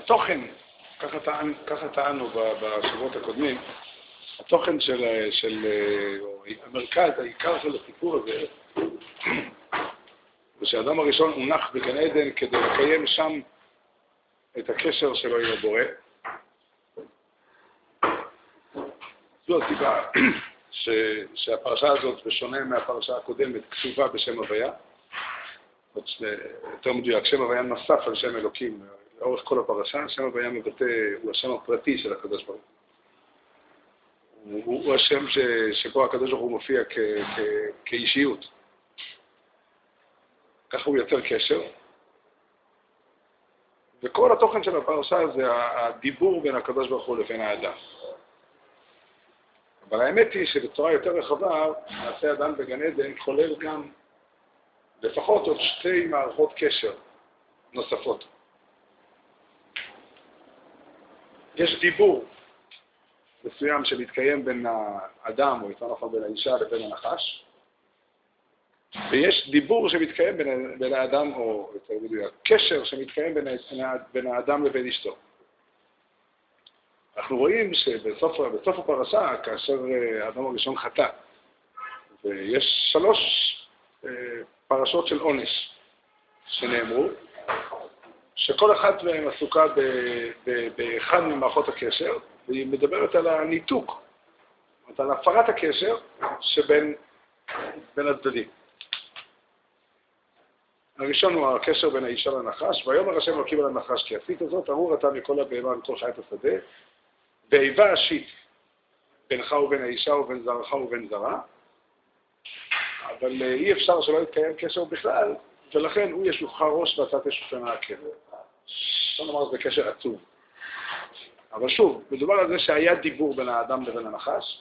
התוכן, ככה טענו בשבועות הקודמים, התוכן של המרכז, העיקר של הסיפור הזה, זה שהאדם הראשון הונח בגן עדן כדי לקיים שם את הקשר שלו עם הבורא. זו הסיבה שהפרשה הזאת, בשונה מהפרשה הקודמת, כתובה בשם הוויה. יותר מדויק, שם הוויה נוסף על שם אלוקים לאורך כל הפרשה. שם הוויה מבטא, הוא השם הפרטי של הקדוש ברוך הוא. הוא השם שבו הקדוש ברוך הוא מופיע כאישיות. ככה הוא יוצר קשר. וכל התוכן של הפרשה זה הדיבור בין הקדוש ברוך הוא לבין האדם. אבל האמת היא שבצורה יותר רחבה, מעשה אדם בגן עדן כולל גם לפחות עוד שתי מערכות קשר נוספות. יש דיבור מסוים שמתקיים בין האדם, או יותר נכון בין האישה לבין הנחש, ויש דיבור שמתקיים בין האדם, או יותר מדויק, קשר שמתקיים בין האדם לבין אשתו. אנחנו רואים שבסוף הפרשה, כאשר האדם הראשון חטא, ויש 3 פרשות של עונש שנאמרו, שכל אחת מהן עסוקה באחד ממערכות הקשר, והיא מדברת על הניתוק, על הפרת הקשר שבין הצדדים. הראשון הוא הקשר בין האישה לנחש, ויאמר השם אלוקים אל הנחש, כי עשית זאת, ארור אתה מכל הבהמה ומכל חיית השדה, ואיבה אשית בינך ובין האישה ובין זרעך ובין זרעה, אבל אי אפשר שלא יתקיים קשר בכלל, ולכן הוא ישוחך ראש ואתה תשוחנה עקב. אפשר לומר זה קשר עצוב. אבל שוב, מדובר על זה שהיה דיבור בין האדם לבין הנחש.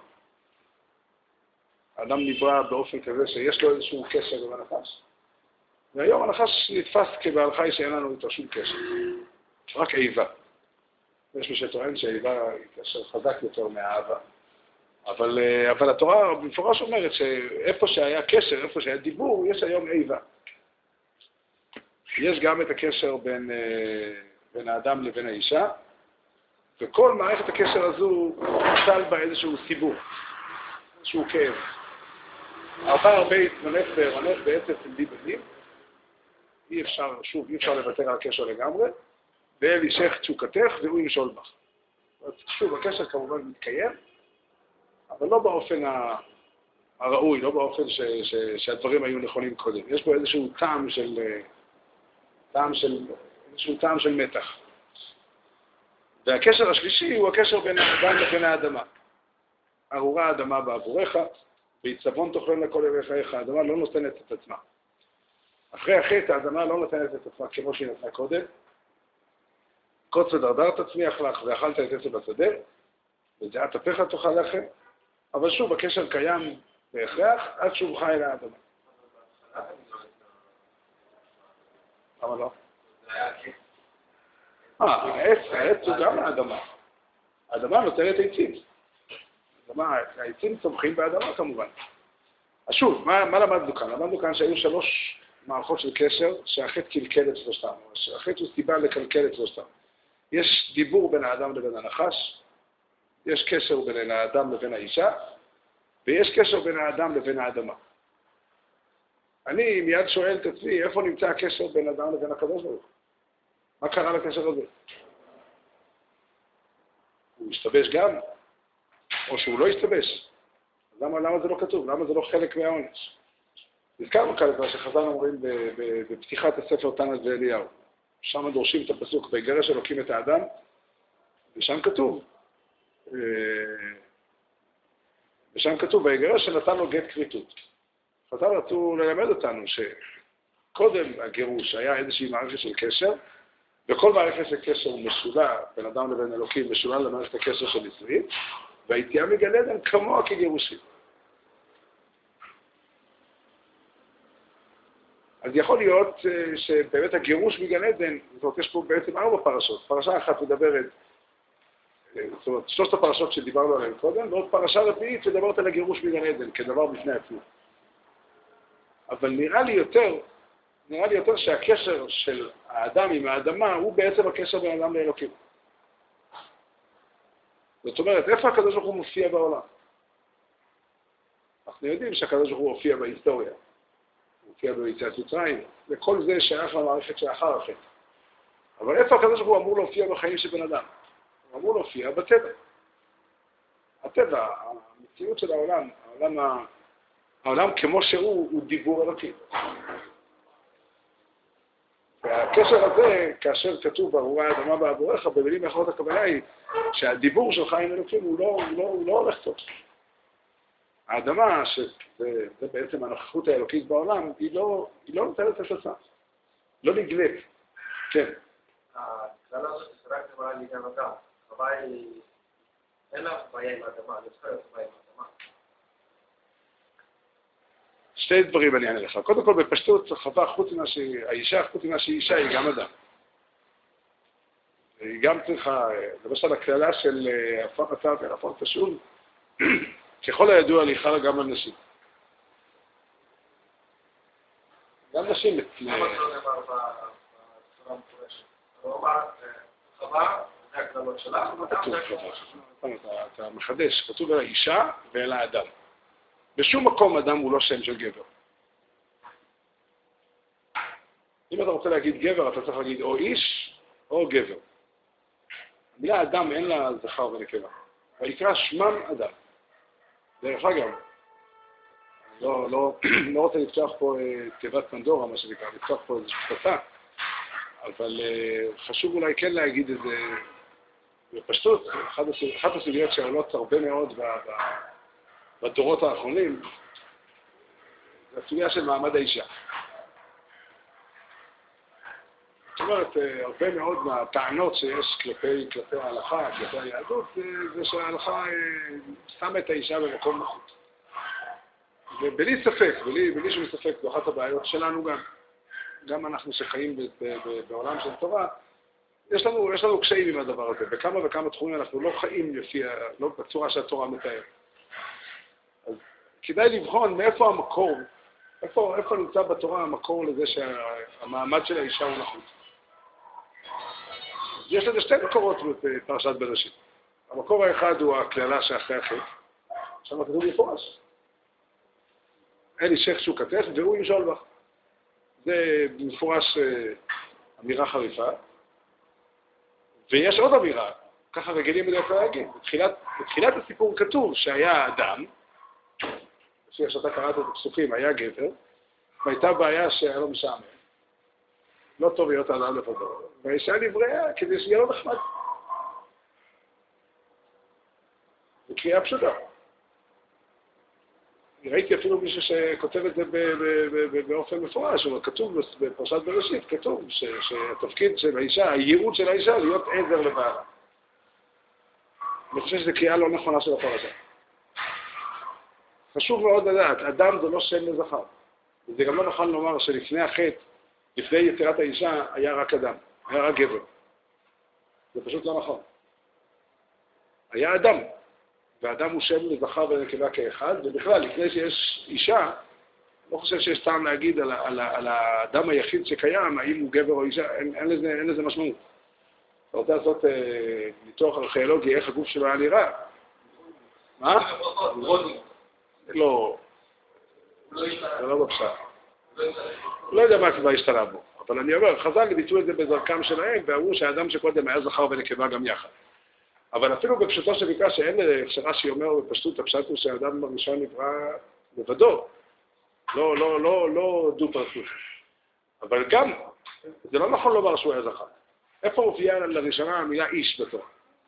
האדם נברא באופן כזה שיש לו איזשהו קשר עם הנחש. והיום הנחש נתפס כבעל חי שאין לנו איתו שום קשר. רק איבה. יש מי שטוען שהאיבה היא קשר חזק יותר מהאהבה. אבל התורה במפורש אומרת שאיפה שהיה קשר, איפה שהיה דיבור, יש היום איבה. יש גם את הקשר בין האדם לבין האישה, וכל מערכת הקשר הזו נטל בה איזשהו סיבוך, איזשהו כאב. הרבה התמנף והרנף בעצם תלדי בנים, אי אפשר לוותר על הקשר לגמרי, ואל ישך תשוקתך והוא ימשול בך. שוב, הקשר כמובן מתקיים, אבל לא באופן הראוי, לא באופן שהדברים היו נכונים קודם. יש בו איזשהו טעם של מתח. והקשר השלישי הוא הקשר בין האדם לבין האדמה. ארורה האדמה בעבורך, בעיצבון תאכלן לכל ימי חייך. האדמה לא נותנת את עצמה. אחרי החטא האדמה לא נותנת את עצמה כמו שהיא נתנה קודם. קוץ ודרדר תצמיח לך ואכלת את עצם בשדה, וזיעת אפיך תאכל לכם. אבל שוב, הקשר קיים בהכרח עד שובך אל האדמה. למה לא? העץ הוא גם האדמה. האדמה נותנת עצים. העצים צומחים באדמה כמובן. אז שוב, מה למדנו כאן? למדנו כאן שהיו 3 מערכות של קשר שהחטא קלקל את שלושתם. החטא הוא סיבה לקלקל את שלושתם. יש דיבור בין האדם לבין הנחש, יש קשר בין האדם לבין האישה, ויש קשר בין האדם לבין האדמה. אני מיד שואל את עצמי, איפה נמצא הקשר בין האדם לבין הקדוש ברוך הוא? מה קרה לקשר הזה? הוא השתבש גם? או שהוא לא השתבש? למה זה לא כתוב? למה זה לא חלק מהעונש? הזכרנו כאן את מה שחז"ל אומרים בפתיחת הספר תנא ואליהו. שם דורשים את הפסוק, ויגרש אלוקים את האדם, ושם כתוב, ויגרש שנתן לו גט כריתות. חז"ל רצו ללמד אותנו שקודם הגירוש היה איזושהי מערכת של קשר, וכל מערכת של קשר משולה בין אדם לבין אלוקים, משולה למערכת הקשר של נישואים, והיציאה מגן עדן כמוה כגירושים. אז יכול להיות שבאמת הגירוש מגן עדן, זאת אומרת, יש פה בעצם 4 פרשות. פרשה אחת מדברת, זאת אומרת, 3 הפרשות שדיברנו עליהן קודם, ועוד פרשה רביעית שדברת על הגירוש מגן עדן, כדבר בפני עצמו. אבל נראה נראה לי יותר שהקשר של האדם עם האדמה הוא בעצם הקשר בין האדם לאלוקים. זאת אומרת, איפה הקדוש ברוך הוא מופיע בעולם? אנחנו יודעים שהקדוש ברוך הוא מופיע בהיסטוריה. הוא מופיע ביציאת מצרים, וכל זה שייך למערכת שאחר החטא. אבל איפה הקדוש ברוך הוא אמור להופיע בחיים של בן אדם? הוא אמור להופיע בטבע. הטבע, המציאות של העולם, העולם כמו שהוא דיבור אלוקי. והקשר הזה, כאשר כתוב ברורה האדמה בעבורך, במילים אחרות הכוונה היא שהדיבור שלך עם אלוקים הוא לא הולך טוב. האדמה, שזה בעצם הנוכחות האלוקית בעולם, היא לא נותנת את עצמה. לא נגלית. כן. הכלל הזאת זה רק דבר על ידי אדם. חווה היא... אין לה בעיה עם האדמה, אני צריכה להיות בעיה עם האדמה. שתי דברים אני אענה לך. קודם כל, בפשטות, חווה האישה, חוץ ממה שהיא אישה, היא גם אדם. היא גם צריכה, למשל, הכללה של הפך הצעת והפך תשול, ככל הידוע לי חלה גם על נשים. גם נשים... למה זה לא נאמר בצורה המפורשת? הוא אמר, חווה, זה הכללות שלה, אתה מחדש, כתוב על האישה ועל האדם. בשום מקום אדם הוא לא שם של גבר. אם אתה רוצה להגיד גבר, אתה צריך להגיד או איש או גבר. המילה אדם אין לה זכר ונקבה. ויקרא שמם אדם. דרך אגב, לא רוצה לפתוח פה תיבת פנדורה, מה שנקרא, לפתוח פה איזו פצצה, אבל חשוב אולי כן להגיד את זה בפשטות. אחת הסוגיות שעולות הרבה מאוד בדורות האחרונים, זה הסוגיה של מעמד האישה. זאת אומרת, הרבה מאוד מהטענות שיש כלפי ההלכה, כלפי היהדות, זה שההלכה שמה את האישה במקום נחות. ובלי ספק, בלי שום ספק, זו אחת הבעיות שלנו גם אנחנו שחיים בעולם של תורה, יש לנו קשיים עם הדבר הזה. בכמה וכמה תחומים אנחנו לא חיים לא בצורה שהתורה מתארת. אז כדאי לבחון מאיפה המקור, איפה נמצא בתורה המקור לזה שהמעמד של האישה הוא נחות. יש לזה שתי מקורות בפרשת בראשית. המקור האחד הוא הכללה שאחרי החטא, שם כתוב מפורש. אין איש שוקתך והוא ימשול בך. זה מפורש אמירה חריפה. ויש עוד אמירה, ככה רגילים בדרך כלל להגיד. בתחילת הסיפור כתוב שהיה אדם, לפי שאתה קראת את הפסוקים, היה גבר, והייתה בעיה שהיה לו משעמם. לא טוב להיות אדם לפדור. והאישה נבראה כדי שיהיה לו נחמד. זו קריאה פשוטה. ראיתי אפילו מישהו שכותב את זה באופן מפורש, אבל כתוב בפרשת בראשית, כתוב שהתפקיד של האישה, הייעוד של האישה להיות עזר לבעלה. אני חושב שזו קריאה לא נכונה של הפרשה. חשוב מאוד לדעת, אדם זה לא שם לזכר. וזה גם לא נכון לומר שלפני החטא, לפני יצירת האישה, היה רק אדם, היה רק גבר. זה פשוט לא נכון. היה אדם. והאדם הוא שם לזכר ונקבה כאחד, ובכלל, לפני שיש אישה, לא חושב שיש טעם להגיד על האדם היחיד שקיים, האם הוא גבר או אישה, אין לזה משמעות. אתה רוצה לעשות ניתוח ארכיאולוגי, איך הגוף שלו היה נראה? מה? לא. זה לא בפשט. לא יודע מה כבר השתנה בו, אבל אני אומר, חז"ל ביטאו את זה בזרקם שלהם, ואמרו שהאדם שקודם היה זכר ונקבה גם יחד. אבל אפילו בפשוטו של מקרא שאין שרש"י אומר בפשטות, הפשט הוא שהאדם הראשון נברא לבדו, לא דו-פרצוף. אבל גם, זה לא נכון לומר שהוא היה זכר. איפה הופיעה לראשונה המילה איש בתורה?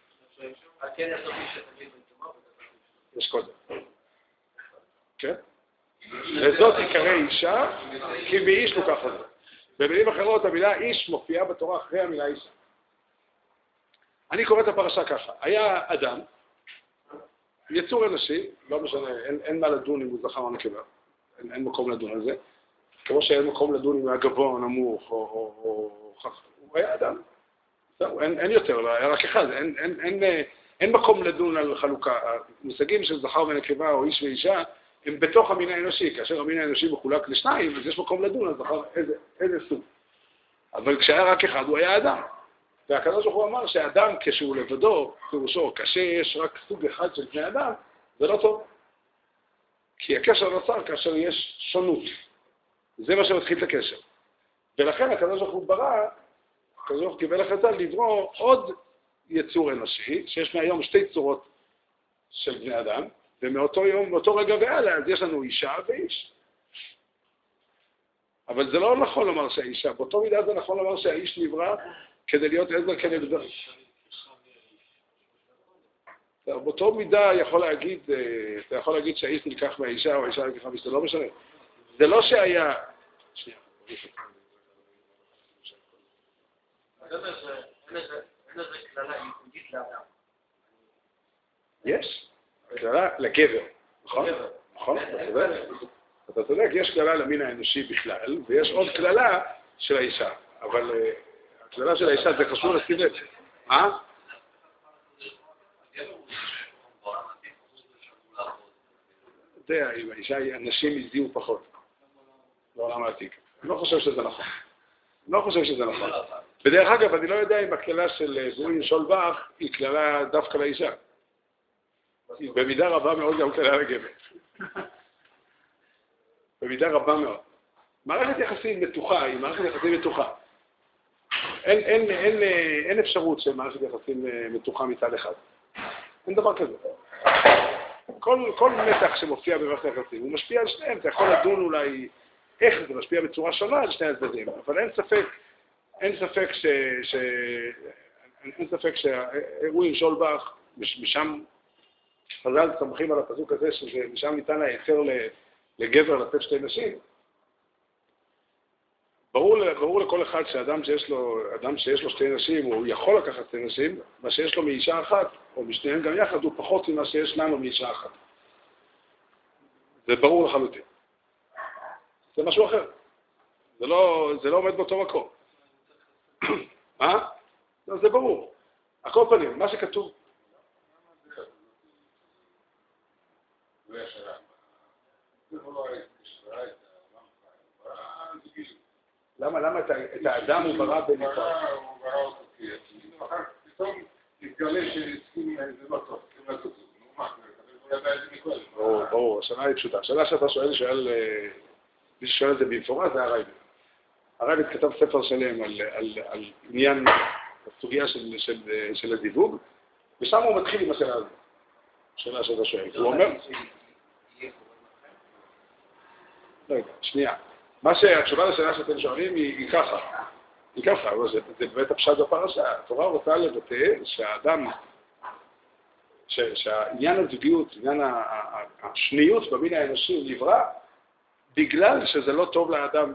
יש קודם. כן? וזאת עיקרי אישה, כי באיש לוקח את זה. במילים אחרות, המילה איש מופיעה בתורה אחרי המילה אישה. אני קורא את הפרשה ככה, היה אדם, יצור אנושי, לא משנה, אין מה לדון אם הוא זכר או נקבה, אין מקום לדון על זה, כמו שאין מקום לדון אם הוא היה גבוה או נמוך, הוא היה אדם, זהו, אין יותר, היה רק אחד, אין מקום לדון על חלוקה, המושגים של זכר ונקבה או איש ואישה, הם בתוך המין האנושי, כאשר המין האנושי מחולק לשניים, אז יש מקום לדון, אז נכון, איזה סוג. אבל כשהיה רק אחד, הוא היה אדם. והקדוש ברוך הוא אמר שהאדם כשהוא לבדו, פירושו, כשיש רק סוג אחד של בני אדם, זה לא טוב. כי הקשר נוצר כאשר יש שונות. זה מה שמתחיל את הקשר. ולכן הקדוש ברוך הוא ברא, הקדוש ברוך הוא קיבל החלטה לברוא עוד יצור אנושי, שיש מהיום שתי צורות של בני אדם, ומאותו יום, מאותו רגע והלאה, אז יש לנו אישה ואיש. אבל זה לא נכון לומר שהאישה, באותו מידה זה נכון לומר שהאיש נברא כדי להיות עזר כנגדו. באותו מידה אתה יכול להגיד שהאיש נלקח מהאישה או האישה נלקחה מהאישה, זה לא משנה. זה לא שהיה... שנייה. אין איזה כללה ייחודית לאדם. יש, כללה לגבר, נכון? נכון, אתה צודק, יש כללה למין האנושי בכלל, ויש עוד כללה של האישה, אבל הכללה של האישה זה חשוב לשים לב. מה? אתה יודע, אם האישה, אנשים הזיעו פחות בעולם העתיק. אני לא חושב שזה נכון. בדרך אגב, אני לא יודע אם הכללה של גורי שולבך היא כללה דווקא לאישה. היא במידה רבה מאוד גם כללה לגבר. במידה רבה מאוד. מערכת יחסים מתוחה היא מערכת יחסים מתוחה. אין אפשרות של מערכת יחסים מתוחה מצד אחד. אין דבר כזה. כל מתח שמופיע במערכת היחסים, הוא משפיע על שניהם. אתה יכול לדון אולי איך זה משפיע בצורה שונה על שני הצדדים, אבל אין ספק שהאירועים שולבך, משם חז"ל סומכים על הפסוק הזה, שמשם ניתן ההיתר לגבר לתת שתי נשים. ברור לכל אחד שאדם שיש לו שתי נשים, הוא יכול לקחת שתי נשים, מה שיש לו מאישה אחת, או משניהם גם יחד, הוא פחות ממה שיש לנו מאישה אחת. זה ברור לחלוטין. זה משהו אחר. זה לא עומד באותו מקום. מה? לא, זה ברור. הכל פנים, מה שכתוב. למה את האדם הוא ברא בנפרד? הוא ברא אותו כי אחר כך פתאום התגלה שהסכים זה לא טוב, ברור, השאלה היא פשוטה. השאלה שאתה שואל, מי ששואל את זה במפורש, זה הרייבד. הרייבד כתב ספר שלם על עניין הסוגיה של הדיווג, ושם הוא מתחיל עם השאלה הזאת. השאלה שאתה שואל. הוא אומר... רגע, שנייה. התשובה לשאלה שאתם שואלים היא ככה. זה באמת הפשט בפרשה. התורה רוצה לבטא שהעניין הזוגיות, עניין השניות במין האנושי נברא בגלל שזה לא טוב לאדם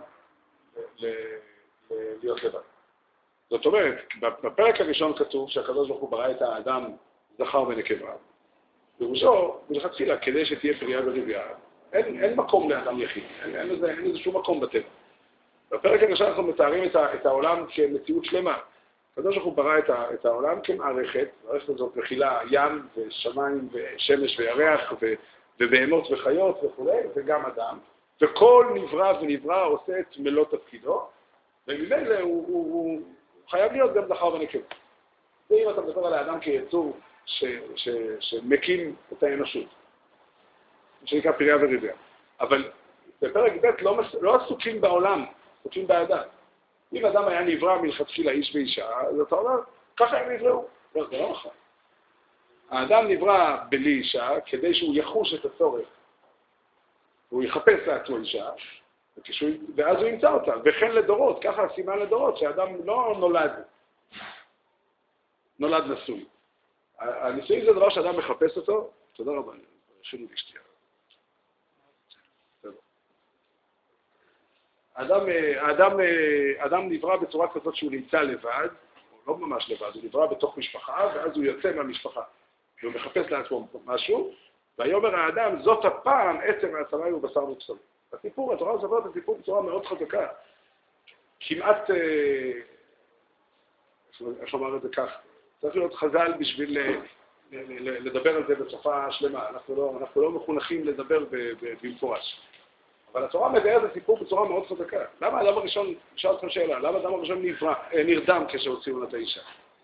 להיות לבד. זאת אומרת, בפרק הראשון כתוב שהקדוש ברוך הוא ברא את האדם זכר ונקבה. פירושו, מלכתחילה, כדי שתהיה פרייה ורבייה, אין מקום לאדם יחיד, אין לזה שום מקום בטבע. בפרק הראשון אנחנו מתארים את העולם כמציאות שלמה. הקדוש ברוך הוא ברא את העולם כמערכת, המערכת הזאת מכילה ים ושמיים ושמש וירח ובהמות וחיות וכו', וגם אדם, וכל נברא ונברא עושה את מלוא תפקידו, וממילא הוא חייב להיות גם זכר ונקבה. זה אם אתה מדבר על האדם כיצור שמקים את האנושות, שנקרא פרייה ורבייה. אבל בפרק ב' לא עסוקים בעולם, עסוקים באדם. אם אדם היה נברא מלכתחילה איש ואישה, אז אתה אומר, ככה הם נבראו. לא, זה לא נכון. האדם נברא בלי אישה כדי שהוא יחוש את הצורך. הוא יחפש לעצמו אישה, ואז הוא ימצא אותה. וכן לדורות, ככה הסימן לדורות, שהאדם לא נולד נשוי. הנישואים זה דבר שאדם מחפש אותו. תודה רבה, שינו לי שתייה. האדם נברא בצורה כזאת שהוא נמצא לבד, או לא ממש לבד, הוא נברא בתוך משפחה, ואז הוא יוצא מהמשפחה. והוא מחפש לעצמו משהו, ויאמר האדם, זאת הפעם עצם מהשמיים ובשר מבשרי. הסיפור, התורה מספרת את הסיפור בצורה מאוד חזקה. כמעט, איך לומר את זה כך, צריך להיות חז"ל בשביל לדבר על זה בשפה שלמה, אנחנו לא מחונכים לדבר במפורש. אבל התורה מבארת את הסיפור בצורה מאוד חזקה. למה האדם הראשון, שאל אתכם שאלה, למה האדם הראשון נרדם כשהוציאו את האישה?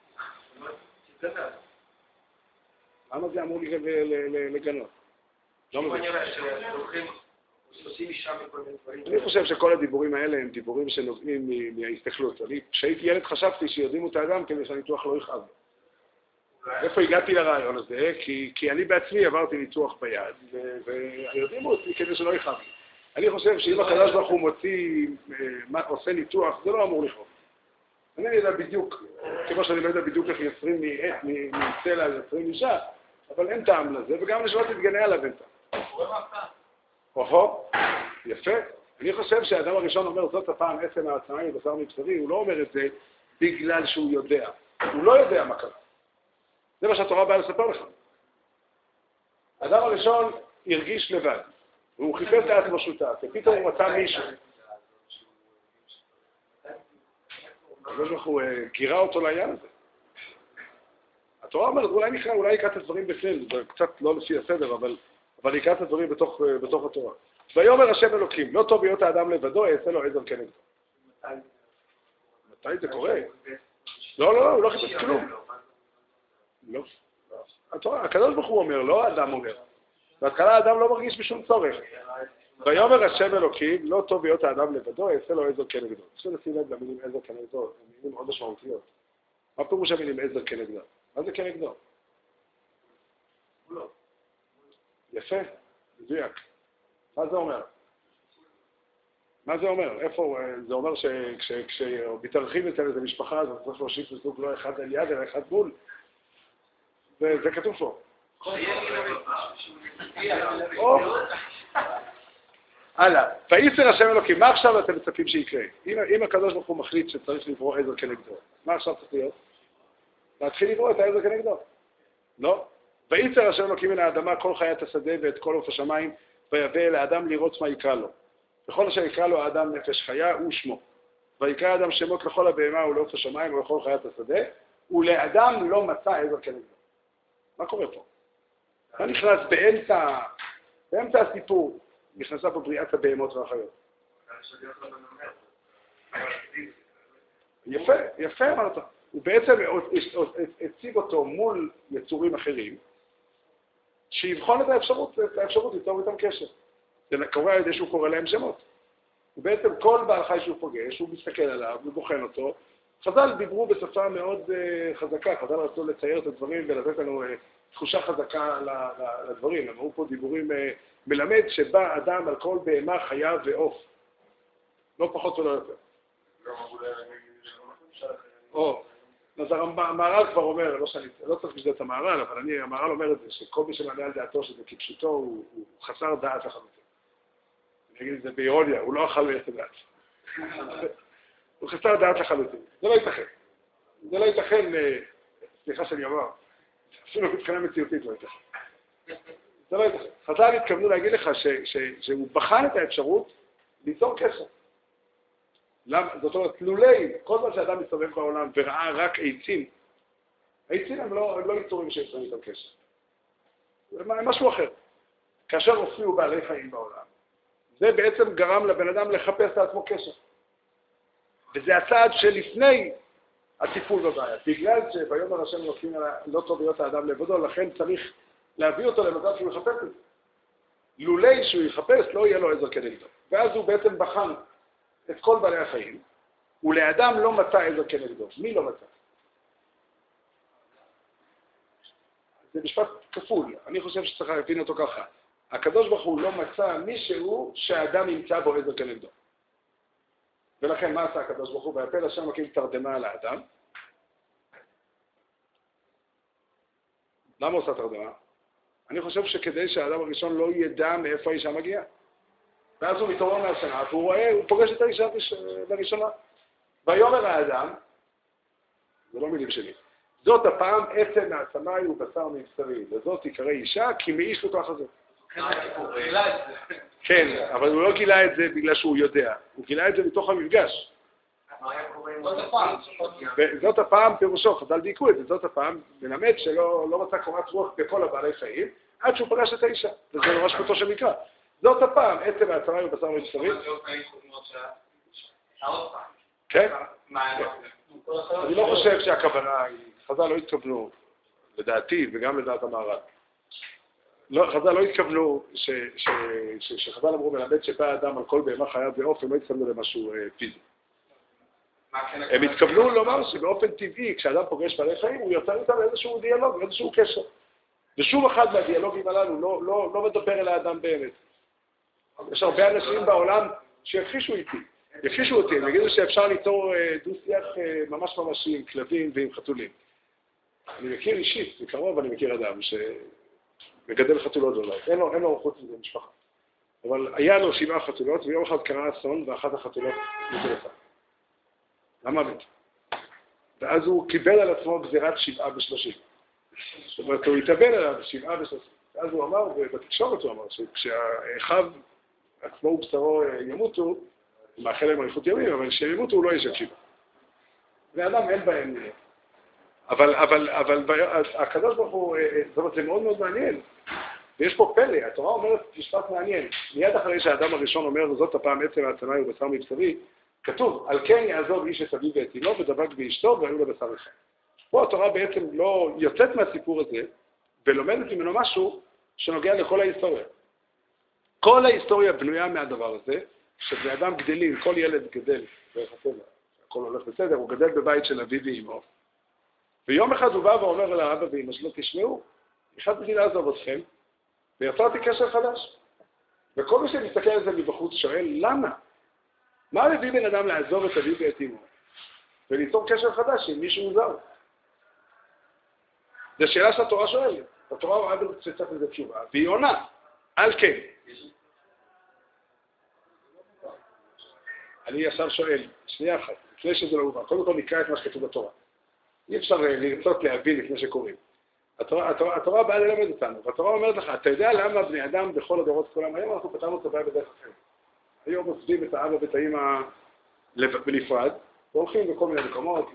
למה זה אמור לגנות? אני חושב שכל הדיבורים האלה הם דיבורים שנובעים מההסתכלות. אני כשהייתי ילד חשבתי שיודעים את האדם כדי שהניתוח לא יכאב. איפה הגעתי לרעיון הזה? כי אני בעצמי עברתי ניתוח ביד, ויודעים אותי כדי שלא יכאב. אני חושב שאם הקדוש ברוך הוא עושה ניתוח, זה לא אמור לכאוב. אני יודע בדיוק, כמו שאני לא יודע בדיוק איך יוצרים מצלע יוצרים אישה, אבל אין טעם לזה, וגם לשאול תתגנה עליו אין טעם. אוהו, יפה. אני חושב שהאדם הראשון אומר, זאת הפעם עצם העצמאי ובשר מבשרי, הוא לא אומר את זה בגלל שהוא יודע. הוא לא יודע מה קרה. זה מה שהתורה באה לספר לך. האדם הראשון הרגיש לבד, והוא חיפש את עצמו שותף, ופתאום הוא מצא מישהו. הוא גירה אותו לעניין הזה. התורה אומרת, אולי יקרא את הדברים בפנים, זה קצת לא לפי הסדר, אבל יקרא את הדברים בתוך התורה. ויאמר השם אלוקים, לא טוב להיות האדם לבדו, אעשה לו עזר כנגדו. מתי זה קורה? לא, הוא לא חיפש כלום. לא. הקדוש ברוך הוא אומר, לא האדם אומר. בהתחלה האדם לא מרגיש בשום צורך. ויאמר השם אלוקים, לא טוב להיות האדם לבדו, אעשה לו עזר כנגדו. עכשיו נשים לב למילים עזר כנגדו, הן מילים מאוד משמעותיות. מה פירוש המילים עזר כנגדו? מה זה כנגדו? יפה, מדויק. מה זה אומר? מה זה אומר? איפה? זה אומר שכשמתארחים אצל איזו משפחה, אז צריך להושיב לזוג לא אחד על יד, אלא אחד מול. זה כתוב פה. הלאה, וייצר השם אלוקים, מה עכשיו אתם מצפים שיקרה? אם הקדוש ברוך הוא מחליט שצריך לברוא עזר כנגדו, מה עכשיו צריך להיות? להתחיל לברוא את העזר כנגדו. לא? וייצר השם אלוקים מן האדמה כל חיית השדה ואת כל עוף השמיים, ויבא אל האדם לראות מה יקרא לו. וכל אשר יקרא לו האדם נפש חיה הוא שמו. ויקרא האדם שמות לכל הבהמה ולעוף השמיים ולכל חיית השדה, ולאדם לא מצא עזר כנגדו. מה קורה פה? מה נכנס באמצע הסיפור? נכנסה פה בריאת הבהמות והחיות. יפה אמרת. הוא בעצם הציג אותו מול יצורים אחרים, שיבחון את האפשרות ליצור איתם קשר. זה קורה על ידי שהוא קורא להם שמות. ובעצם כל בעל חי שהוא פוגש, הוא מסתכל עליו, הוא בוחן אותו. חז"ל דיברו בשפה מאוד חזקה, חז"ל רצו לצייר את הדברים ולתת לנו תחושה חזקה לדברים. אמרו פה דיבורים מלמד שבא אדם על כל בהמה, חיה ועוף. לא פחות ולא יותר. אז המהר"ל כבר אומר, לא צריך לזה את המהר"ל, אבל המהר"ל אומר את זה, שכל מי שמעלה על דעתו שזה כפשוטו, הוא חסר דעת לחלוטין. אני אגיד את זה באירוניה, הוא לא אכל מלך דעת. הוא חסר דעת לחלוטין. זה לא ייתכן. זה לא ייתכן, סליחה שאני אומר, אפילו מבחינה מציאותית לא ייתכן. זה לא ייתכן. חז"ל התכוונו להגיד לך שהוא בחן את האפשרות ליצור קשר. זאת אומרת, לולי, כל מה שאדם מסתובב בעולם וראה רק עצים, העצים הם לא יצורים שיוצרים איתם קשר. זה משהו אחר. כאשר הופיעו בעלי חיים בעולם, זה בעצם גרם לבן אדם לחפש לעצמו קשר. וזה הצעד שלפני הטיפול בבעיה. בגלל שביום השם נופלים לא טוב להיות האדם לבדו, לכן צריך להביא אותו למצב שהוא יחפש את זה. לולי שהוא יחפש, לא יהיה לו עזר כנגדו. ואז הוא בעצם בחן את כל בעלי החיים, ולאדם לא מצא עזר כנגדו. מי לא מצא? זה משפט כפול. אני חושב שצריך להבין אותו ככה. הקדוש ברוך הוא לא מצא מישהו שהאדם ימצא בו עזר כנגדו. ולכן מה עשה הקדוש ברוך הוא? ויפל השם אלוקים תרדמה על האדם. למה עושה תרדמה? אני חושב שכדי שהאדם הראשון לא ידע מאיפה האישה מגיעה. ואז הוא מתעורר מהשינה, והוא רואה, הוא פוגש את האישה לראשונה. ויאמר האדם, זה לא מילים שלי, זאת הפעם עצם מהשמיים ובשר מבשרי, וזאת תיקרא אישה, כי מאיש לא ככה זה. כן, אבל הוא לא גילה את זה בגלל שהוא יודע, הוא גילה את זה מתוך המפגש. וזאת הפעם פירושו, חז"ל דייקו את זה, זאת הפעם מלמד שלא מצא קורת רוח בכל הבעלי חיים, עד שהוא פגש את האישה, וזה ממש פוטו של מקרא. זאת הפעם, עצם ההצהרה ובשר מבשרי. כן? אני לא חושב שהכוונה, חז"ל לא התכוונו, לדעתי וגם לדעת המערב. חז"ל לא התכוונו שחז"ל אמרו מלמד שבא אדם על כל בהמה חיה באופן, לא התכוונו למשהו פיזי. הם התכוונו לומר שבאופן טבעי, כשאדם פוגש בעלי חיים, הוא יוצר איתם איזשהו דיאלוג, איזשהו קשר. ושום אחד מהדיאלוגים הללו לא מדבר אל האדם באמת. יש הרבה אנשים בעולם שיכחישו אותי, הם יגידו שאפשר ליצור דו-שיח ממש עם כלבים ועם חתולים. אני מכיר אישית, מקרוב אני מכיר אדם שמגדל חתולות אולי, אין לו חוץ מזה משפחה. אבל היה לו 7 חתולות, ויום אחד קרה אסון, ואחת החתולות נטרפה. למה מת? ואז הוא קיבל על עצמו גזירת 7 ב-30. זאת אומרת, הוא התאבל עליו 7 ב-30. ואז הוא אמר, ובתקשורת הוא אמר, שכשהאחיו עצמו ובשרו ימותו, הוא מאחל להם אריכות ימים, אבל כשהם ימותו הוא לא ישב 7. ואדם אין בהם. אבל הקדוש ברוך הוא, זאת אומרת, זה מאוד מאוד מעניין. ויש פה פלא, התורה אומרת משפט מעניין. מיד אחרי שהאדם הראשון אומר, זאת הפעם עצם העצמי ובשר מבשרי, כתוב, על כן יעזוב איש את אביו ואת אמו ודבק באשתו והיו לבשר אחד. פה התורה בעצם לא יוצאת מהסיפור הזה, ולומדת ממנו משהו שנוגע לכל ההיסטוריה. כל ההיסטוריה בנויה מהדבר הזה, שבני אדם גדלים, כל ילד גדל, הכל הולך בסדר, הוא גדל בבית של אביו ואמו. ויום אחד הוא בא ואומר לאבא ואמא שלו, תשמעו, החלטתי לעזוב אתכם, ויצרתי קשר חדש. וכל מי שמסתכל על זה מבחוץ שואל, למה? מה מביא בן אדם לעזוב את אביו ואת אמו? וליצור קשר חדש עם מישהו זר? זו שאלה שהתורה שואלת. התורה רואה שצריך לזה תשובה, והיא עונה. על כן. אני ישר שואל, שנייה אחת, לפני שזה לא הובן, קודם כל נקרא את מה שכתוב בתורה. אי אפשר לרצות להבין לפני שקוראים. התורה באה ללמד אותנו, והתורה אומרת לך, אתה יודע למה בני אדם בכל הדורות כולם, היום אנחנו פתרנו את הבעיה בדרך אחרת. היום עוזבים את האבא ואת האמא בנפרד, והולכים בכל מיני מקומות,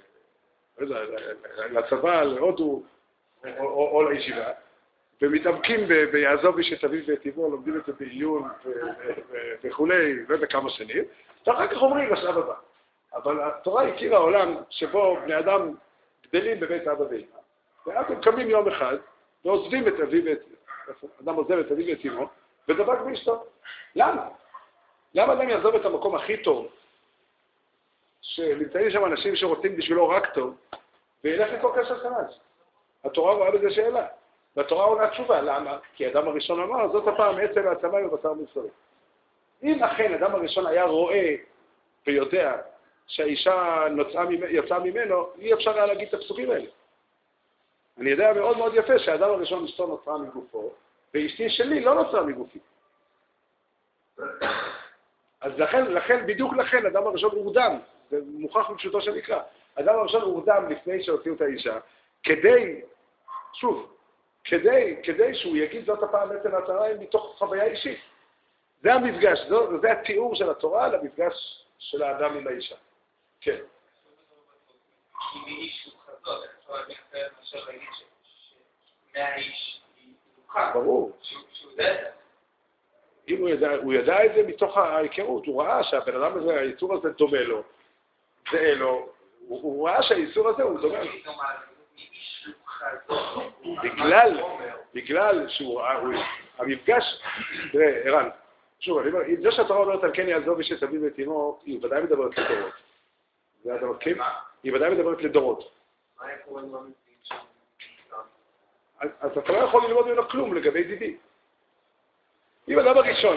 לצבא, להודו, או לישיבה, ומתאבקים ביעזוב איש את אביו ואת אמו, לומדים את זה בעיון וכולי, ובכמה שנים, ואחר כך אומרים לשלב הבא. אבל התורה הכירה עולם שבו בני אדם גדלים בבית אבא ואמא, ואז הם קמים יום אחד, ועוזבים את אביו ואת אמו, אדם עוזב את אביו ואת אמו, ודבק באשתו. למה? למה אדם יעזוב את המקום הכי טוב, שנמצאים שם אנשים שרוצים בשבילו רק טוב, וילך לכל קשר חדש? התורה רואה בזה שאלה, והתורה עונה תשובה. למה? כי האדם הראשון אמר, זאת הפעם עצם העצמי ובשר מבשרי. אם אכן האדם הראשון היה רואה ויודע שהאישה יצאה ממנו, אי אפשר היה להגיד את הפסוקים האלה. אני יודע מאוד מאוד יפה שהאדם הראשון אשתו נוצרה מגופו, ואשתי שלי לא נוצרה מגופי. אז לכן, בדיוק לכן, אדם הראשון הורדם, זה מוכח מפשוטו שנקרא. אדם הראשון הורדם לפני שהוציאו את האישה, כדי שהוא יגיד זאת הפעם עצם הצהריים מתוך חוויה אישית. זה המפגש, זה התיאור של התורה למפגש של האדם עם האישה. כן. אם איש הוא חזות, אפשר להבין אחרת מאשר להגיד שמהאיש היא דוחה. ברור. שהוא יודע את זה. אם הוא ידע את זה מתוך ההיכרות, הוא ראה שהבן אדם הזה, היצור הזה דומה לו, זה לו, הוא ראה שהיצור הזה הוא דומה לו. בגלל שהוא, המפגש, תראה, ערן, שוב, אם זה שהתורה אומרת על כן יעזוב איש את אביו ואת אמו, היא ודאי מדברת לדורות. זה אתה מסכים? היא ודאי מדברת לדורות. מה היה קורה עם המציאים שם? אז אתה לא יכול ללמוד ממנו כלום לגבי דידי. אם אדם הראשון,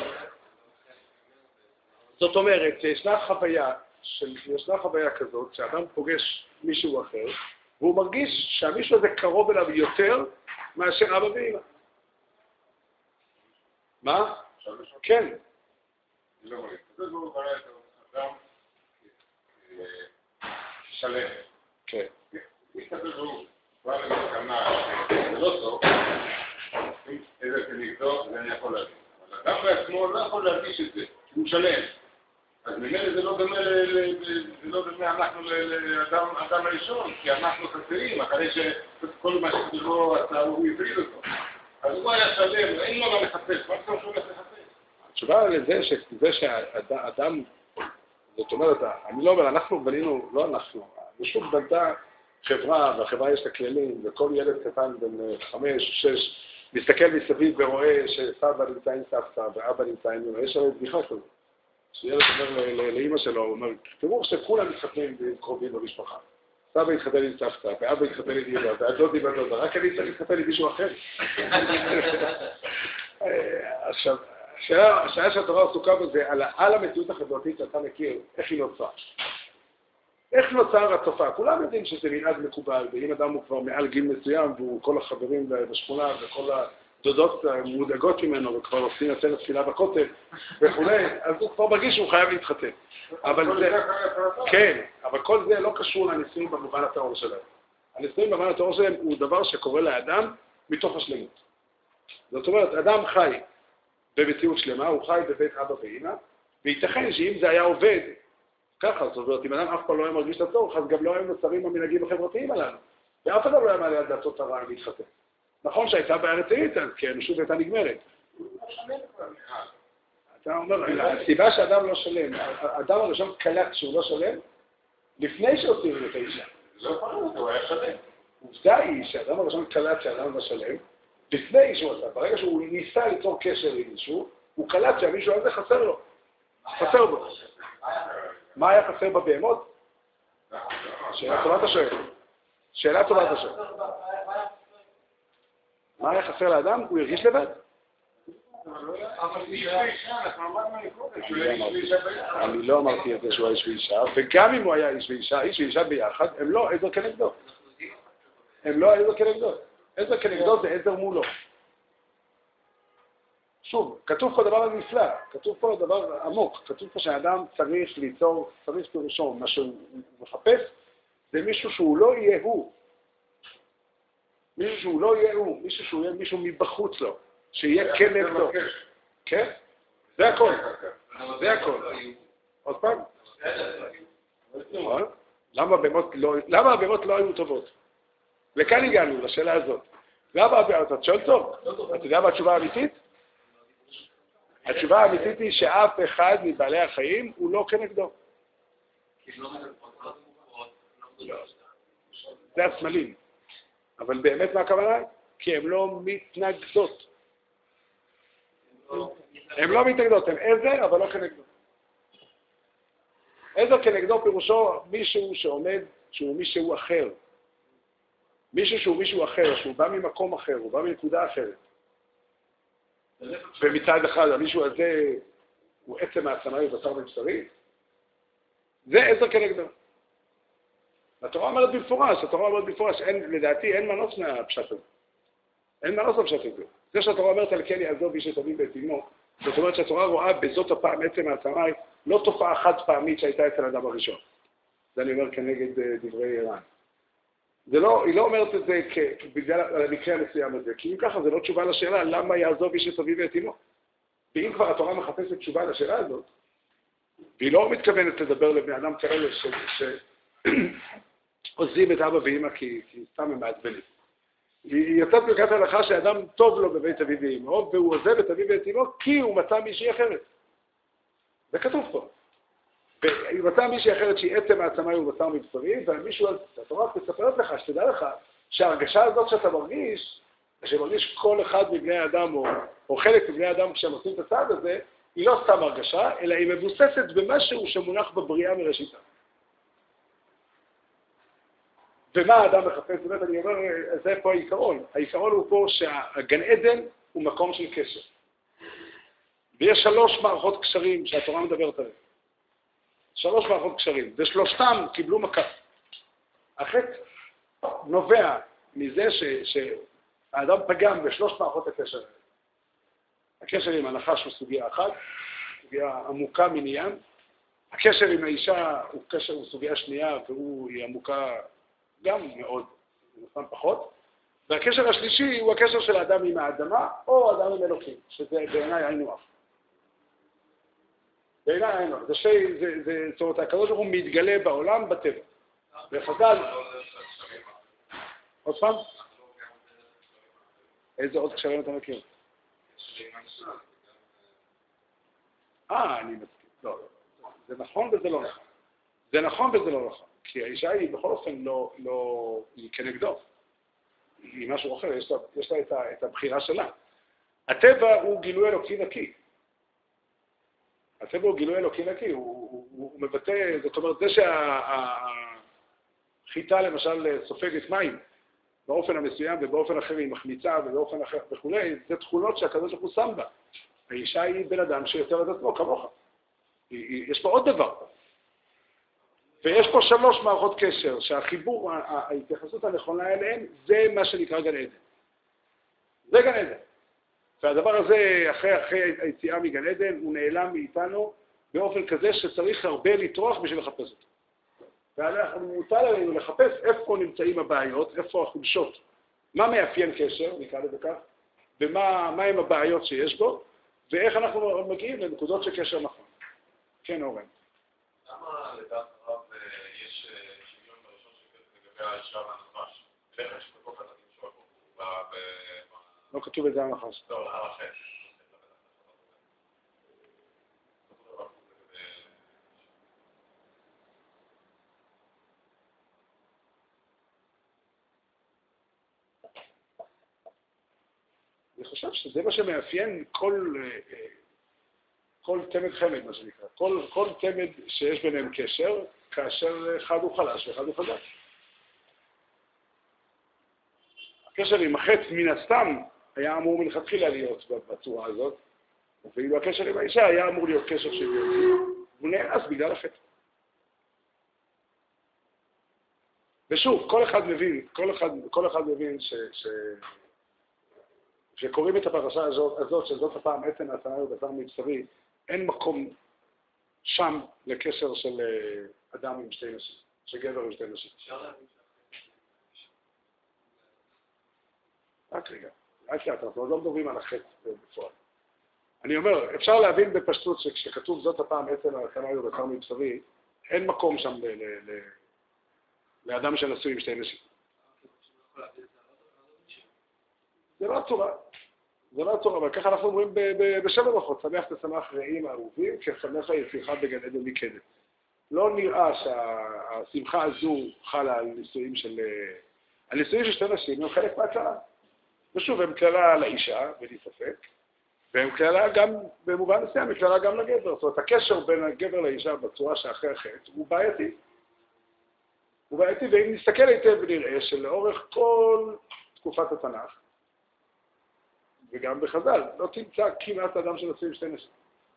זאת אומרת שישנה חוויה כזאת, שאדם פוגש מישהו אחר, והוא מרגיש שהמישהו הזה קרוב אליו יותר מאשר אבא ואמא. מה? כן. לא מרגיש. זה לא ברא את האדם שלם. כן. מי כזה הוא בא למסקנה שזה לא טוב, איזה כנגדו, זה אני יכול להגיד. אבל אדם בעצמו לא יכול להרגיש את זה, הוא שלם. אז ממילא זה לא דומה אנחנו לאדם הראשון, כי אנחנו חסרים, אחרי שכל מה שכתבו עשה הוא הטריד אותו. אז הוא היה שלם, אין לו מה לחפש, מה פתאום שהוא הולך לחפש? התשובה לזה שהאדם, זאת אומרת, אני לא אומר, אנחנו בנינו, לא אנחנו, פשוט בנתה חברה, והחברה יש לה כללים, וכל ילד קטן בן 5, 6, מסתכל מסביב ורואה שסבא נמצא עם סבתא, ואבא נמצא עם אמא, יש הרי בדיחה כזאת. שילד אומר לאמא שלו, הוא אומר, תראו שכולם מתחתנים קרובים במשפחה. סבא התחתן עם סבתא, ואבא התחתן עם אמא, והדוד עם הדודה, רק אני צריך להתחתן עם מישהו אחר. עכשיו, השאלה שהתורה עסוקה בזה, על המציאות החברתית שאתה מכיר, איך היא נוצרה. איך נוצר התופעה? כולם יודעים שזה מנהג מקובל, ואם אדם הוא כבר מעל גיל מסוים, וכל החברים בשכונה וכל הדודות מודאגות ממנו, וכבר עושים עצרת תפילה בכותל וכולי, אז הוא כבר מרגיש שהוא חייב להתחתן. אבל זה, כן, אבל כל זה לא קשור לנישואים במובן הטהור שלהם. הנישואים במובן הטהור שלהם הוא דבר שקורה לאדם מתוך השלמות. זאת אומרת, אדם חי במציאות שלמה, הוא חי בבית אבא ואמא, וייתכן שאם זה היה עובד, ככה, זאת אומרת, אם אדם אף פעם לא היה מרגיש את הצורך, אז גם לא היו נוצרים המנהגים החברתיים עלינו. ואף אחד לא היה מעלה על דעתו הרע להתחתן. נכון שהייתה בעיה רצינית, אז כי האנושות הייתה נגמרת. אתה אומר, הסיבה שאדם לא שלם, האדם הראשון קלט שהוא לא שלם, לפני שהוציאו את האישה. לא פחות, הוא היה שלם. עובדה היא שהאדם הראשון קלט שהאדם לא שלם, לפני שהוא עשה, ברגע שהוא ניסה ליצור קשר עם מישהו, הוא קלט שהמישהו הזה חסר לו. חסר בו. מה היה חסר בבהמות? שאלה טובה אתה שואל. שאלה טובה אתה שואל. מה היה חסר לאדם? הוא הרגיש לבד. אני לא אמרתי את זה שהוא היה איש ואישה, וגם אם הוא היה איש ואישה ביחד, הם לא עזר כנגדו. הם לא עזר כנגדו. עזר כנגדו זה עזר מולו. שוב, כתוב פה דבר נפלא, כתוב פה דבר עמוק, כתוב פה שהאדם צריך ליצור, צריך פירושו, מה שהוא מחפש, זה מישהו שהוא לא יהיה הוא. מישהו שהוא לא יהיה הוא, מישהו שהוא יהיה מישהו מבחוץ לו, שיהיה כן נגדו. כן? זה הכל. זה הכל. עוד פעם? למה הבהמות לא היו טובות? לכאן הגענו, לשאלה הזאת. למה הבהמות? אתה שואל טוב? אתה יודע מה התשובה האמיתית? התשובה האמיתית היא שאף אחד מבעלי החיים הוא לא כנגדו. זה הסמלים. אבל באמת מה הכוונה? כי הן לא מתנגדות. הן לא מתנגדות, הן עזר, אבל לא כנגדו. עזר כנגדו פירושו מישהו שעומד, שהוא מישהו אחר. מישהו שהוא מישהו אחר, שהוא בא ממקום אחר, הוא בא מנקודה אחרת. ומצד אחד, המישהו הזה הוא עצם העצמאי ובשר ובשרי, זה עזר כנגדו. התורה אומרת במפורש, לדעתי אין מנוס מהפשט הזה. אין מנוס מהפשט הזה. זה שהתורה אומרת על כן יעזוב איש את אביו ואת אמו, זאת אומרת שהתורה רואה בזאת הפעם עצם העצמאי, לא תופעה חד פעמית שהייתה אצל האדם הראשון. זה אני אומר כנגד דברי ערן. היא לא אומרת את זה בגלל המקרה המסוים הזה, כי אם ככה זה לא תשובה לשאלה למה יעזוב איש את אביו ואת אמו. ואם כבר התורה מחפשת תשובה לשאלה הזאת, והיא לא מתכוונת לדבר לבני אדם כאלה שעוזבים את אבא ואמא כי סתם הם מעצבנים. היא יוצאת מנקודת ההנחה שאדם טוב לו בבית אביו ואמו, והוא עוזב את אביו ואת אמו כי הוא מצא מישהי אחרת. זה כתוב פה. והיא מצאה מישהי אחרת שהיא עצם העצמאי ובשר מבשרי, והמישהו, התורה תספרת לך, שתדע לך, שההרגשה הזאת שאתה מרגיש, שמרגיש כל אחד מבני האדם, או חלק מבני האדם כשהם עושים את הצעד הזה, היא לא סתם הרגשה, אלא היא מבוססת במשהו שמונח בבריאה מראשיתה. ומה האדם מחפש? זאת אומרת, אני אומר, זה פה העיקרון. העיקרון הוא פה שהגן עדן הוא מקום של קשר. ויש 3 מערכות קשרים שהתורה מדברת עליהן. 3 מערכות קשרים, ושלושתם קיבלו מכה. החטא נובע מזה שהאדם פגם ב3 מערכות הקשר. הקשר עם הנחש הוא סוגיה אחת, סוגיה עמוקה מניין. הקשר עם האישה הוא סוגיה שנייה, והיא עמוקה גם מאוד, נוסף פחות. והקשר השלישי הוא הקשר של האדם עם האדמה, או האדם עם אלוקים, שזה בעיניי היינו אף. בעיניי אין לו. זאת אומרת, הקדוש ברוך הוא מתגלה בעולם בטבע. וחז"ל... עוד פעם? איזה עוד קשרים אתה מכיר? אני מסכים. לא. זה נכון וזה לא נכון. זה נכון וזה לא נכון. כי האישה היא בכל אופן לא... היא כנגדו. היא משהו אחר, יש לה את הבחירה שלה. הטבע הוא גילוי אלוקי נקי. הטבע הוא גילוי אלוקי נקי, הוא מבטא, זאת אומרת, זה שהחיטה למשל סופגת מים באופן המסוים ובאופן אחר היא מחמיצה ובאופן אחר וכולי, זה תכונות שהקדוש ברוך הוא שם בה. האישה היא בן אדם שיותר את עצמו כמוך. יש פה עוד דבר. ויש פה 3 מערכות קשר, שהחיבור, ההתייחסות הנכונה אליהן, זה מה שנקרא גן עדן. זה גן עדן. והדבר הזה, אחרי היציאה מגן עדן, הוא נעלם מאיתנו באופן כזה שצריך הרבה לטרוח בשביל לחפש אותו. ואנחנו מוטל עלינו לחפש איפה נמצאים הבעיות, איפה החולשות, מה מאפיין קשר, נקרא לזה כך, ומה הם הבעיות שיש בו, ואיך אנחנו מגיעים לנקודות של קשר נכון. כן, אורן. למה לדעת רב יש שוויון בראשון לגבי האישה והנחש? איך יש בתוך הדתים שלו לא כתוב את זה הנחש. לא, אחר. אני חושב שזה מה שמאפיין כל תמד חמד, מה שנקרא. כל תמד שיש ביניהם קשר, כאשר אחד הוא חלש ואחד הוא חזק. הקשר עם החץ מן הסתם היה אמור מלכתחילה להיות בצורה הזאת, ואילו הקשר עם האישה היה אמור להיות קשר שוויוני, והוא נהרס בגלל החץ. ושוב, כל אחד מבין שקוראים את הפרשה הזאת, שזאת הפעם עצם ההתנאה ובשר מבשרי, אין מקום שם לקשר של אדם עם 2 נשים, שגבר עם 2 נשים. רק רגע, אנחנו לא מדברים על החטא בפועל. אני אומר, אפשר להבין בפשטות שכשכתוב זאת הפעם עצם ההתנאה ובשר מבשרי, אין מקום שם לאדם שנשוי עם 2 נשים. זה לא הצורה. זה לא הצורה, אבל ככה אנחנו אומרים בשם הברכות, שמח תשמח רעים אהובים, כשמח יציאך בגן עדן מקדם. לא נראה שהשמחה הזו חלה על נישואים של 2 נשים, הם חלק מהצרה. ושוב, הם כללה לאישה, בלי ספק, והם כללה גם, במובן מסוים, הם כללה גם לגבר. זאת אומרת, הקשר בין הגבר לאישה בצורה שאחרי החטא הוא בעייתי. הוא בעייתי, ואם נסתכל היטב ונראה שלאורך כל תקופת התנ"ך, וגם בחז"ל, לא תמצא כמעט אדם שנשוי עם 2 נשים.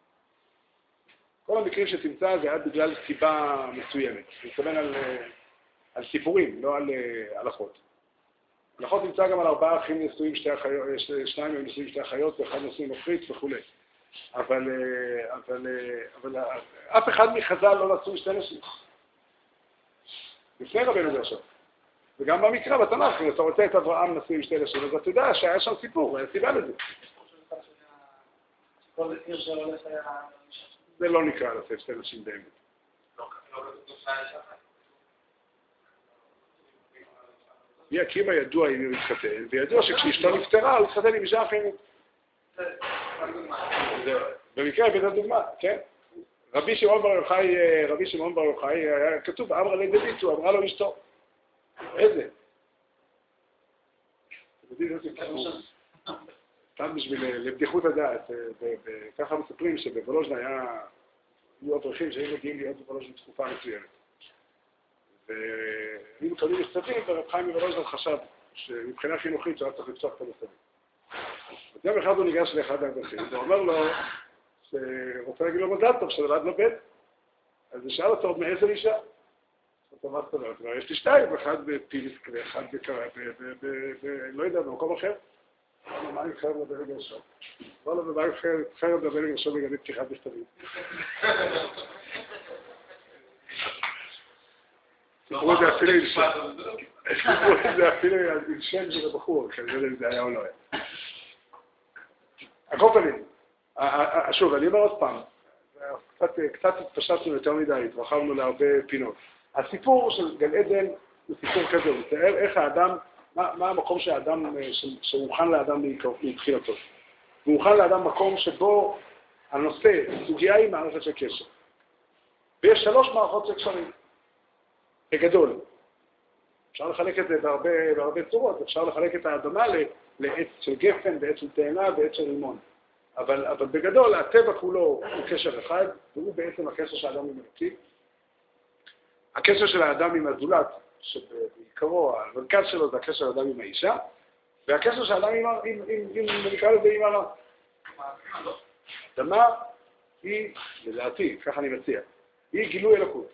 כל המקרים שתמצא זה היה בגלל סיבה מסוימת. אני מתכוון על סיפורים, לא על הלכות. הלכות נמצא גם על 4 אחים נשואים 2 הם נשואים 2 אחיות, ואחד נשואים מפריץ וכו'. אבל אף אחד מחז"ל לא נשוי 2 נשים. לפני רבנו גרשום. וגם במקרא, בתנ"ך, אם אתה רוצה את אברהם נשוי עם 2 נשים, אז אתה יודע שהיה שם סיפור, היה סיבה לזה. זה לא נקרא לשאת 2 נשים באמת. רבי עקיבא ידוע אם הוא התחתן, וידוע שכשאשתו נפטרה, הוא התחתן עם אישה אחרת. במקרה הבאת דוגמה, כן? רבי שמעון בר יוחאי, היה כתוב, אמרה לדוד, הוא אמרה לו אשתו. איזה? אתם יודעים איזה סיפור? סתם לבדיחות הדעת, וככה מספרים שבוולוז'נה היו אברכים שהיו מגיעים להיות בוולוז'נה תקופה מסוימת. והיו מקבלים מכתבים, ורב חיים מוולוז'נה חשב שמבחינה חינוכית שהיה צריך לפתוח את המכתבים. אז יום אחד הוא ניגש לאחד האברכים, ואומר לו שרוצה להגיד לו מזל טוב, שנולד לו בן. אז הוא שאל אותו עוד מאיזה אישה? מה זאת אומרת? יש לי 2, אחד בפיליסק ואחד לא יודע, במקום אחר. מה אני חייב לדבר לגרשום? לא, מה אני חייב לדבר לגרשום לגבי פתיחת מכתבים? סיפרו את זה אפילו אינשן. סיפרו את זה אפילו אינשן של הבחור, כי אני לא יודע אם זה היה או לא היה. הכל פנים. שוב, אני אומר עוד פעם, קצת התפשטנו יותר מדי, התרחבנו להרבה פינות. הסיפור של גן עדן הוא סיפור כזה, הוא מתאר איך האדם, מה המקום שהאדם, שמוכן לאדם מבחינתו. הוא מוכן לאדם מקום שבו הנושא, סוגיה היא מערכת של קשר. ויש 3 מערכות של קשרים, בגדול. אפשר לחלק את זה בהרבה צורות, אפשר לחלק את האדמה לעץ של גפן, ועץ של תאנה ועץ של רימון. אבל בגדול, הטבע כולו הוא קשר אחד, והוא בעצם הקשר של האדם עם אלוקים. הקשר של האדם עם הזולת, שבעיקרו, המרכז שלו זה הקשר של האדם עם האישה, והקשר של האדם נקרא לזה עם הרע. האדמה היא, לדעתי, ככה אני מציע, היא גילוי אלוקות.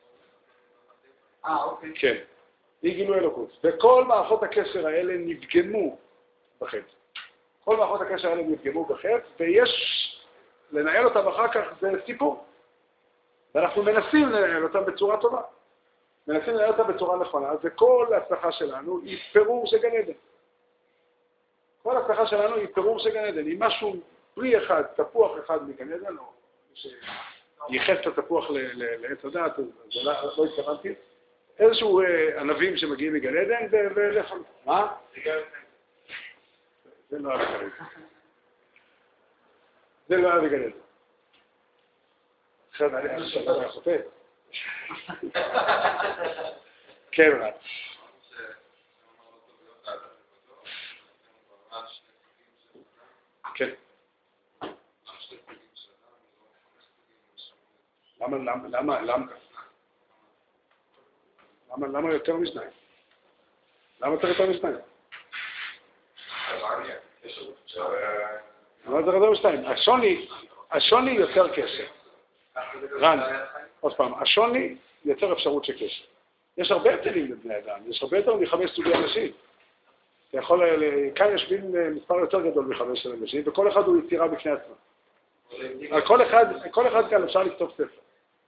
אוקיי. כן, היא גילוי אלוקות. וכל מערכות הקשר האלה נפגמו בחטא. כל מערכות הקשר האלה נפגמו בחטא, ויש לנהל אותם אחר כך, זה סיפור. ואנחנו מנסים לנהל אותם בצורה טובה. מנסים לנהל אותם בצורה נכונה, וכל ההצלחה שלנו היא פירור של גן עדן. כל ההצלחה שלנו היא פירור של גן עדן. אם משהו, פרי אחד, תפוח אחד מגן עדן, או שייחס את התפוח לעץ הדעת, אז לא התכוונתי, איזשהו ענבים שמגיעים מגן עדן, מה? זה לא היה בגן עדן. זה לא היה בגן עדן. עכשיו אני חושב שאתה היה חוטא. כן, אולי. כן. למה יותר משניים? למה צריך יותר משניים? למה צריך יותר משניים? השוני יותר קשר. רן, עוד פעם, השוני יותר אפשרות של קשר. יש הרבה הבדלים לבני אדם, יש הרבה יותר מ5 סוגי אנשים. אתה יכול, כאן יושבים מספר יותר גדול מ5 של אנשים, וכל אחד הוא יצירה בפני עצמה. כל אחד כאן אפשר לכתוב ספר.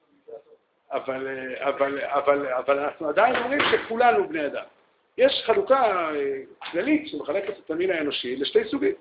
אבל אנחנו עדיין אומרים שכולנו בני אדם. יש חלוקה כללית שמחלקת את המין האנושי לשתי סוגים.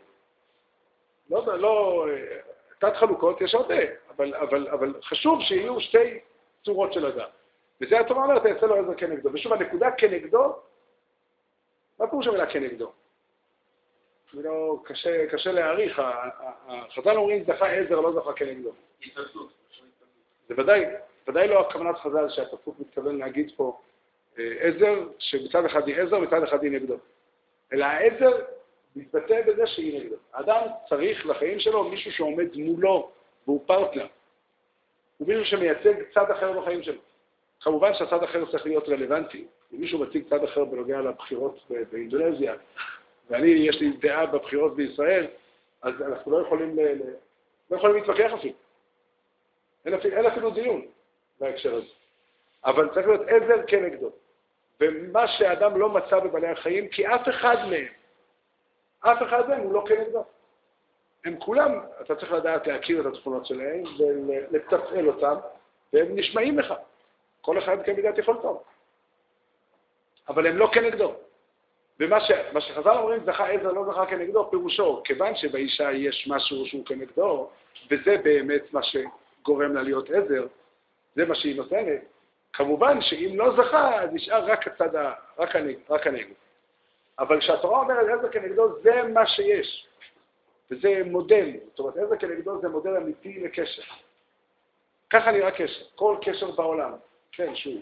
לא, תת חלוקות יש הרבה, אבל חשוב שיהיו 2 צורות של אדם. וזה התורה אומרת, יעשה לו עזר כנגדו. ושוב, הנקודה כנגדו, מה פירוש המילה כנגדו? זה לא, קשה להעריך, החז"ל אומרים זכה עזר, לא זכה כנגדו. זה ודאי לא הכוונת חז"ל שהפסוק מתכוון להגיד פה עזר, שמצד אחד היא עזר, מצד אחד היא נגדו. אלא העזר מתבטא בזה שהיא נגדו. האדם צריך לחיים שלו מישהו שעומד מולו, והוא פרטנר. הוא מישהו שמייצג צד אחר בחיים שלו. כמובן שהצד אחר צריך להיות רלוונטי. אם מישהו מציג צד אחר בנוגע לבחירות באינדונזיה, יש לי דעה בבחירות בישראל, אז אנחנו לא יכולים להתווכח אפילו. אין אפילו דיון בהקשר הזה. אבל צריך להיות עזר כנגדו. ומה שהאדם לא מצא בבעלי החיים, כי אף אחד מהם הוא לא כנגדו. הם כולם, אתה צריך לדעת להכיר את התכונות שלהם, ולתפעל אותם, והם נשמעים לך. כל אחד כמידת יכולתו. אבל הם לא כנגדו. ומה שחז"ל אומרים, זכה עזר לא זכה כנגדו, פירושו, כיוון שבאישה יש משהו שהוא כנגדו, וזה באמת מה שגורם לה להיות עזר, זה מה שהיא נותנת, כמובן שאם לא זכה, אז נשאר רק הנגד. אבל כשהתורה אומרת עזר כנגדו, זה מה שיש. וזה מודל, זאת אומרת, עזר כנגדו זה מודל אמיתי לקשר. ככה נראה קשר, כל קשר בעולם. כן, שוב.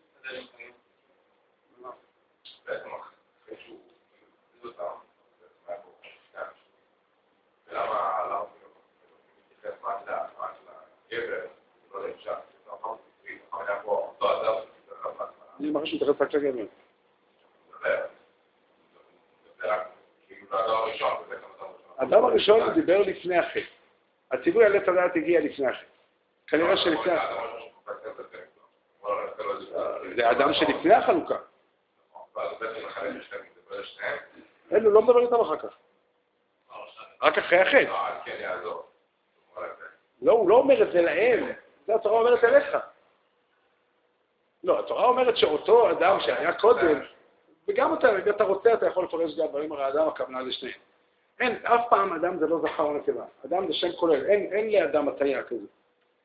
אני מרגיש להתייחס רק לגמרי. האדם הראשון דיבר לפני החטא. הציווי על עץ הדעת הגיע לפני החטא. כנראה שלפני החטא. זה האדם שלפני החלוקה. אלו לא מדבר איתם אחר כך. רק אחרי החטא. לא, הוא לא אומר את זה להם. זה התורה אומרת אליך. לא, התורה אומרת שאותו אדם שהיה קודם, וגם אותה, אם אתה רוצה, אתה יכול לפרש גם דברים על האדם, הכוונה לשניהם. אין, אף פעם אדם זה לא זכר או נקבה. אדם זה שם כולל. אין לאדם הטיה כזה.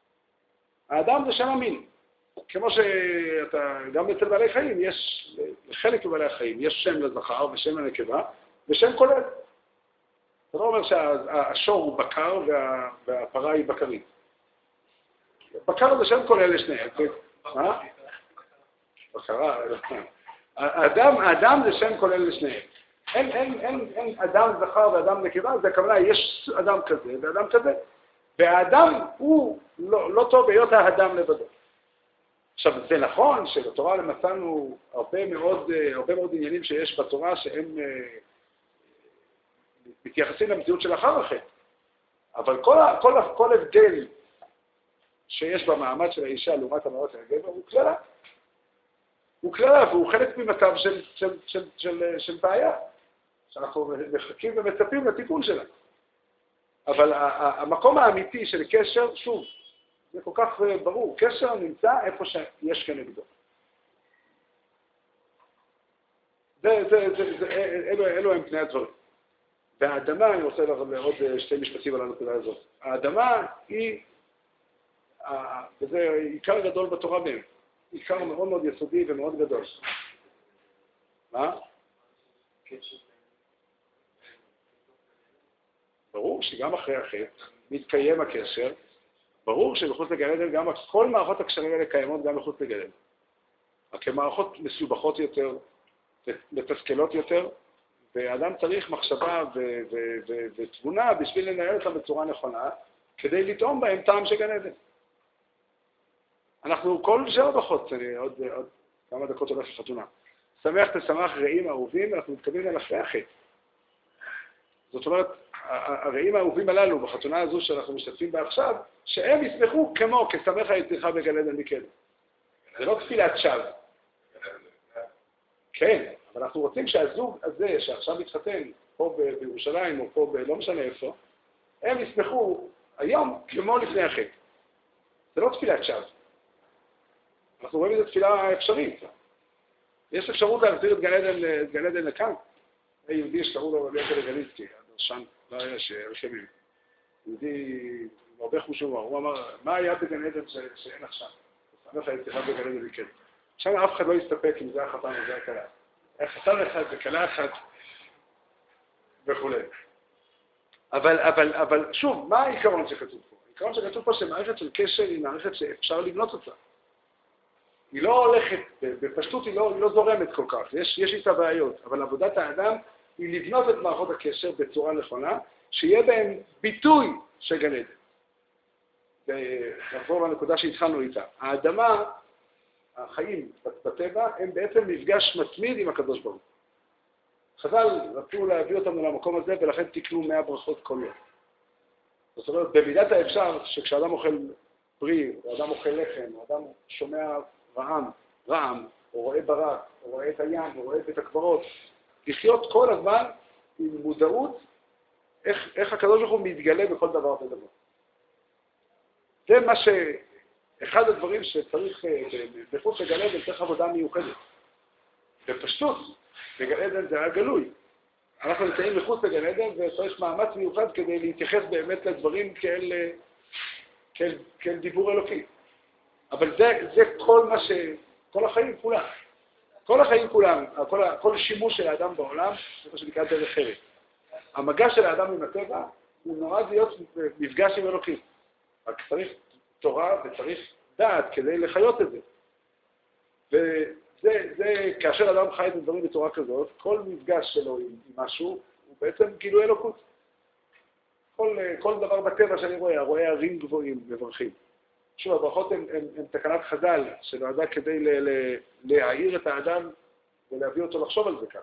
האדם זה שם המין. כמו שאתה, גם אצל בעלי חיים, יש, לחלק מבעלי החיים, יש שם לזכר ושם לנקבה, ושם כולל. זה לא אומר שהשור הוא בקר והפרה היא בקרית. בקר זה שם כולל לשניהם. מה? בקרה. האדם זה שם כולל לשניהם. אין אדם זכר ואדם נקבה, זה הכוונה, יש אדם כזה ואדם כזה. והאדם הוא לא טוב בהיות האדם לבדו. עכשיו, זה נכון שבתורה מצאנו הרבה מאוד עניינים שיש בתורה שהם מתייחסים למציאות של אחר החטא. אבל כל הבדל שיש במעמד של האישה לעומת המעמד של הגבר הוא כללה. הוא כללה והוא חלק ממצב של בעיה, שאנחנו מחכים ומצפים לטיפול שלה. אבל המקום האמיתי של קשר, שוב, זה כל כך ברור, קשר נמצא איפה שיש כנגדו. אלו הם פני הדברים. והאדמה, אני רוצה לעוד שתי משפטים על הנקודה הזאת. האדמה היא, וזה עיקר גדול בתורה בהם, עיקר מאוד מאוד יסודי ומאוד גדול. מה? ברור שגם אחרי החטא מתקיים הקשר, ברור שבחוץ לגן עדן גם כל מערכות הקשרים האלה קיימות גם בחוץ לגן עדן. רק כמערכות מסובכות יותר, מתסכלות יותר, ואדם צריך מחשבה ותבונה בשביל לנהל אותם בצורה נכונה, כדי לטעום בהם טעם של גן עדן. אנחנו כל שבע בחוץ, עוד כמה דקות הולך לחתונה. שמח תשמח רעים אהובים, אנחנו מתכוונים על אחרי החטא. זאת אומרת, הרעים האהובים הללו בחתונה הזו שאנחנו משתתפים בה עכשיו, שהם ישמחו כמו כשמח היצירך בגן עדן מכן. זה לא תפילת שווא. כן, אבל אנחנו רוצים שהזוג הזה שעכשיו מתחתן פה בירושלים או פה לא משנה איפה, הם ישמחו היום כמו לפני החטא. זה לא תפילת שווא. אנחנו רואים את זה תפילה אפשרית. יש אפשרות להחזיר את גן עדן לכאן. יהודי שקראו לו רבי יעקב גליצקי, הדרשן, לא היה שרשמים. יהודי עם הרבה חוש הומור, הוא אמר, מה היה בגן עדן שאין עכשיו? שמח היצירך בגן עדן מכן. שם אף אחד לא יסתפק אם זה החתן או זה הכלה. היה חתן אחד וכלה אחת וכו'. אבל שוב, מה העיקרון שכתוב פה? העיקרון שכתוב פה שמערכת של קשר היא מערכת שאפשר לבנות אותה. היא לא הולכת, בפשטות היא לא זורמת כל כך, יש איתה בעיות, אבל עבודת האדם היא לבנות את מערכות הקשר בצורה נכונה, שיהיה בהם ביטוי של גן עדן. ונחזור לנקודה שהתחלנו איתה. האדמה, החיים בטבע, הם בעצם מפגש מתמיד עם הקדוש ברוך הוא. חז"ל רצו להביא אותנו למקום הזה, ולכן תקנו 100 ברכות כל יום. זאת אומרת, במידת האפשר, שכשאדם אוכל פרי, או אדם אוכל לחם, או אדם שומע רעם, או רואה ברק, או רואה את הים, או רואה את הקברות, לחיות כל הזמן עם מודעות איך הקדוש ברוך הוא מתגלה בכל דבר ודבר. זה אחד הדברים שצריך, בחוץ לגן עדן צריך עבודה מיוחדת. בפשטות, בגן עדן זה היה גלוי. אנחנו נמצאים בחוץ לגן עדן וצריך מאמץ מיוחד כדי להתייחס באמת לדברים כאל דיבור אלוקי. אבל זה כל החיים כולם. כל החיים כולם, כל שימוש של האדם בעולם, זה מה שנקרא דרך ארץ. המגע של האדם עם הטבע הוא נועד להיות מפגש עם אלוקים. רק צריך תורה וצריך דעת כדי לחיות את זה. וזה כאשר אדם חי את הדברים בצורה כזאת, כל מפגש שלו עם משהו הוא בעצם גילוי אלוקות. כל דבר בטבע שאני רואה ערים גבוהים, מברכים. שוב, הברכות הן תקנת חז"ל, שנועדה כדי להעיר את האדם ולהביא אותו לחשוב על זה כך.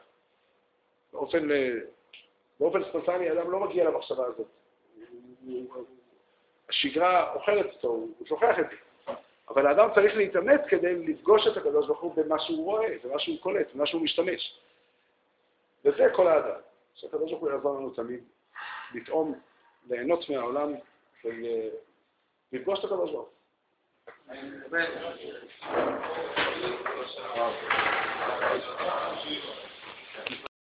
באופן ספונטני, האדם לא מגיע למחשבה הזאת. השגרה אוכלת אותו, הוא שוכח את זה. אבל האדם צריך להתאמץ כדי לפגוש את הקדוש ברוך הוא במה שהוא רואה, במה שהוא קולט, במה שהוא משתמש. וזה כל האדם. שהקדוש ברוך הוא יעזור לנו תמיד לטעום, ליהנות מהעולם ולפגוש את הקדוש ברוך הוא. אני מדבר